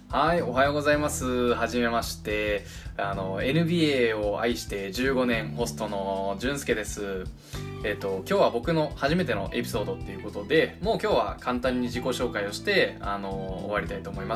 はい、おはようございます。はじめまして。NBA を愛して15年ホストの俊介です。今日は僕の初めてのエピソードっていうことで、もう今日は簡単に自己紹介をして、終わりたいと思います。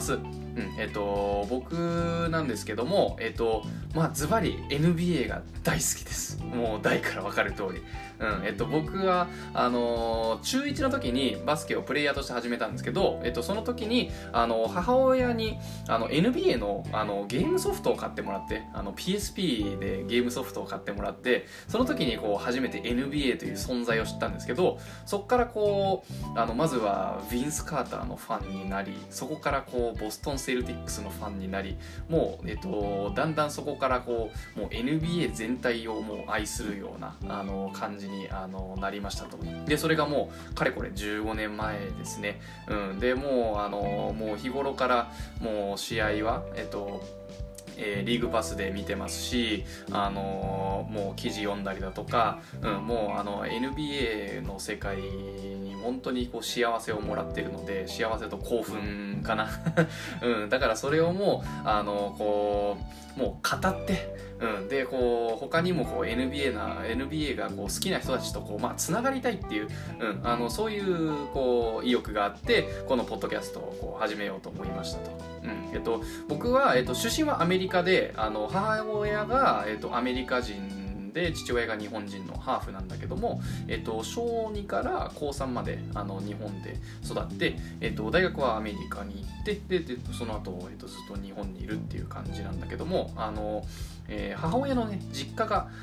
僕なんですけども、ズバリ NBA が大好きです。もう大からわかる通り。僕は、中1の時にバスケをプレイヤーとして始めたんですけど、その時に、母親に、NBA の、ゲームソフトを買ってもらって、PSP でゲームソフトを買ってもらって、その時にこう、初めて NBA という存在を知ったんですけど、そこからこう、まずはヴィンス・カーターのファンになり、そこからこう、ボストン・セルティックスのファンになり、もう、だんだんそこからこう、もう NBA 全体をもう愛するような、感じになりましたと。で、それがもう、かれこれ15年前ですね。で、もう日頃からもう試合は、リーグパスで見てますし、もう記事読んだりだとか、もうNBA の世界に本当にこう幸せをもらってるので、幸せと興奮かな、だからそれをもうこうもう語って、でこう他にもこう NBA がこう好きな人たちとこうつながりたいっていう、そういうこう意欲があってこのポッドキャストをこう始めようと思いましたと。僕は、出身はアメリカで、母親が、アメリカ人で父親が日本人のハーフなんだけども、小2から高3まで日本で育って、大学はアメリカに行ってでその後、ずっと日本にいるっていう感じなんだけども、母親のね実家が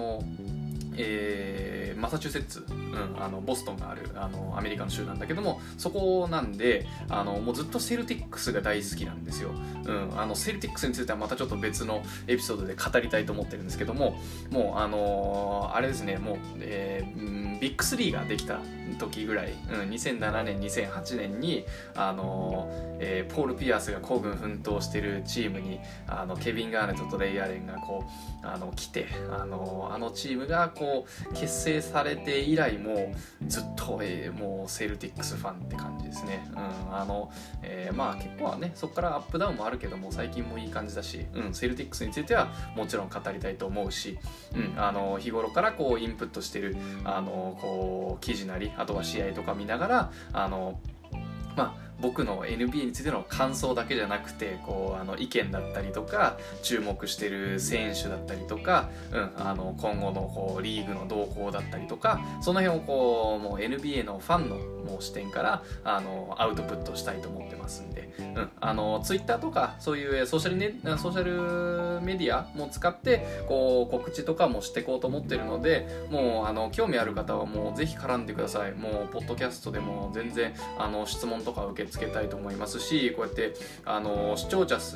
マサチューセッツ、ボストンがあるアメリカの州なんだけども、そこなんでもうずっとセルティックスが大好きなんですよ。セルティックスについてはまたちょっと別のエピソードで語りたいと思ってるんですけども、もうあれですね、もう、ビッグ3ができた時ぐらい、2007年2008年にポール・ピアースが孤軍奮闘してるチームにケビン・ガーネットとレイ・アレンがこう来てチームがこう結成されて以来もうずっと、もうセルティックスファンって感じですね。結構はねそこからアップダウンもあるけども最近もいい感じだし、セルティックスについてはもちろん語りたいと思うし、日頃からこうインプットしてるこう記事なりあとは試合とか見ながら僕の NBA についての感想だけじゃなくてこう意見だったりとか注目してる選手だったりとか、今後のこうリーグの動向だったりとかその辺をこうもう NBA のファンのもう視点からアウトプットしたいと思ってますんで、Twitter とかそういうソーシャルメディアも使ってこう告知とかもしていこうと思ってるので、もう興味ある方はもうぜひ絡んでください。もうポッドキャストでも全然質問とか受け付けたいと思いますし、こうやって視聴者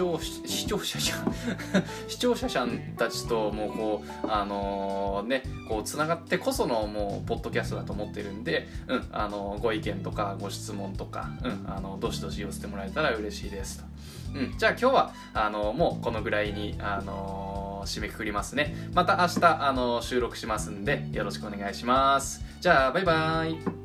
さんたちともうこうこうつながってこそのもうポッドキャストだと思ってるんで、ご意見とかご質問とか、どしどし寄せてもらえたら嬉しいですと。じゃあ今日はもうこのぐらいに締めくくりますね。また明日収録しますんでよろしくお願いします。じゃあバイバイ。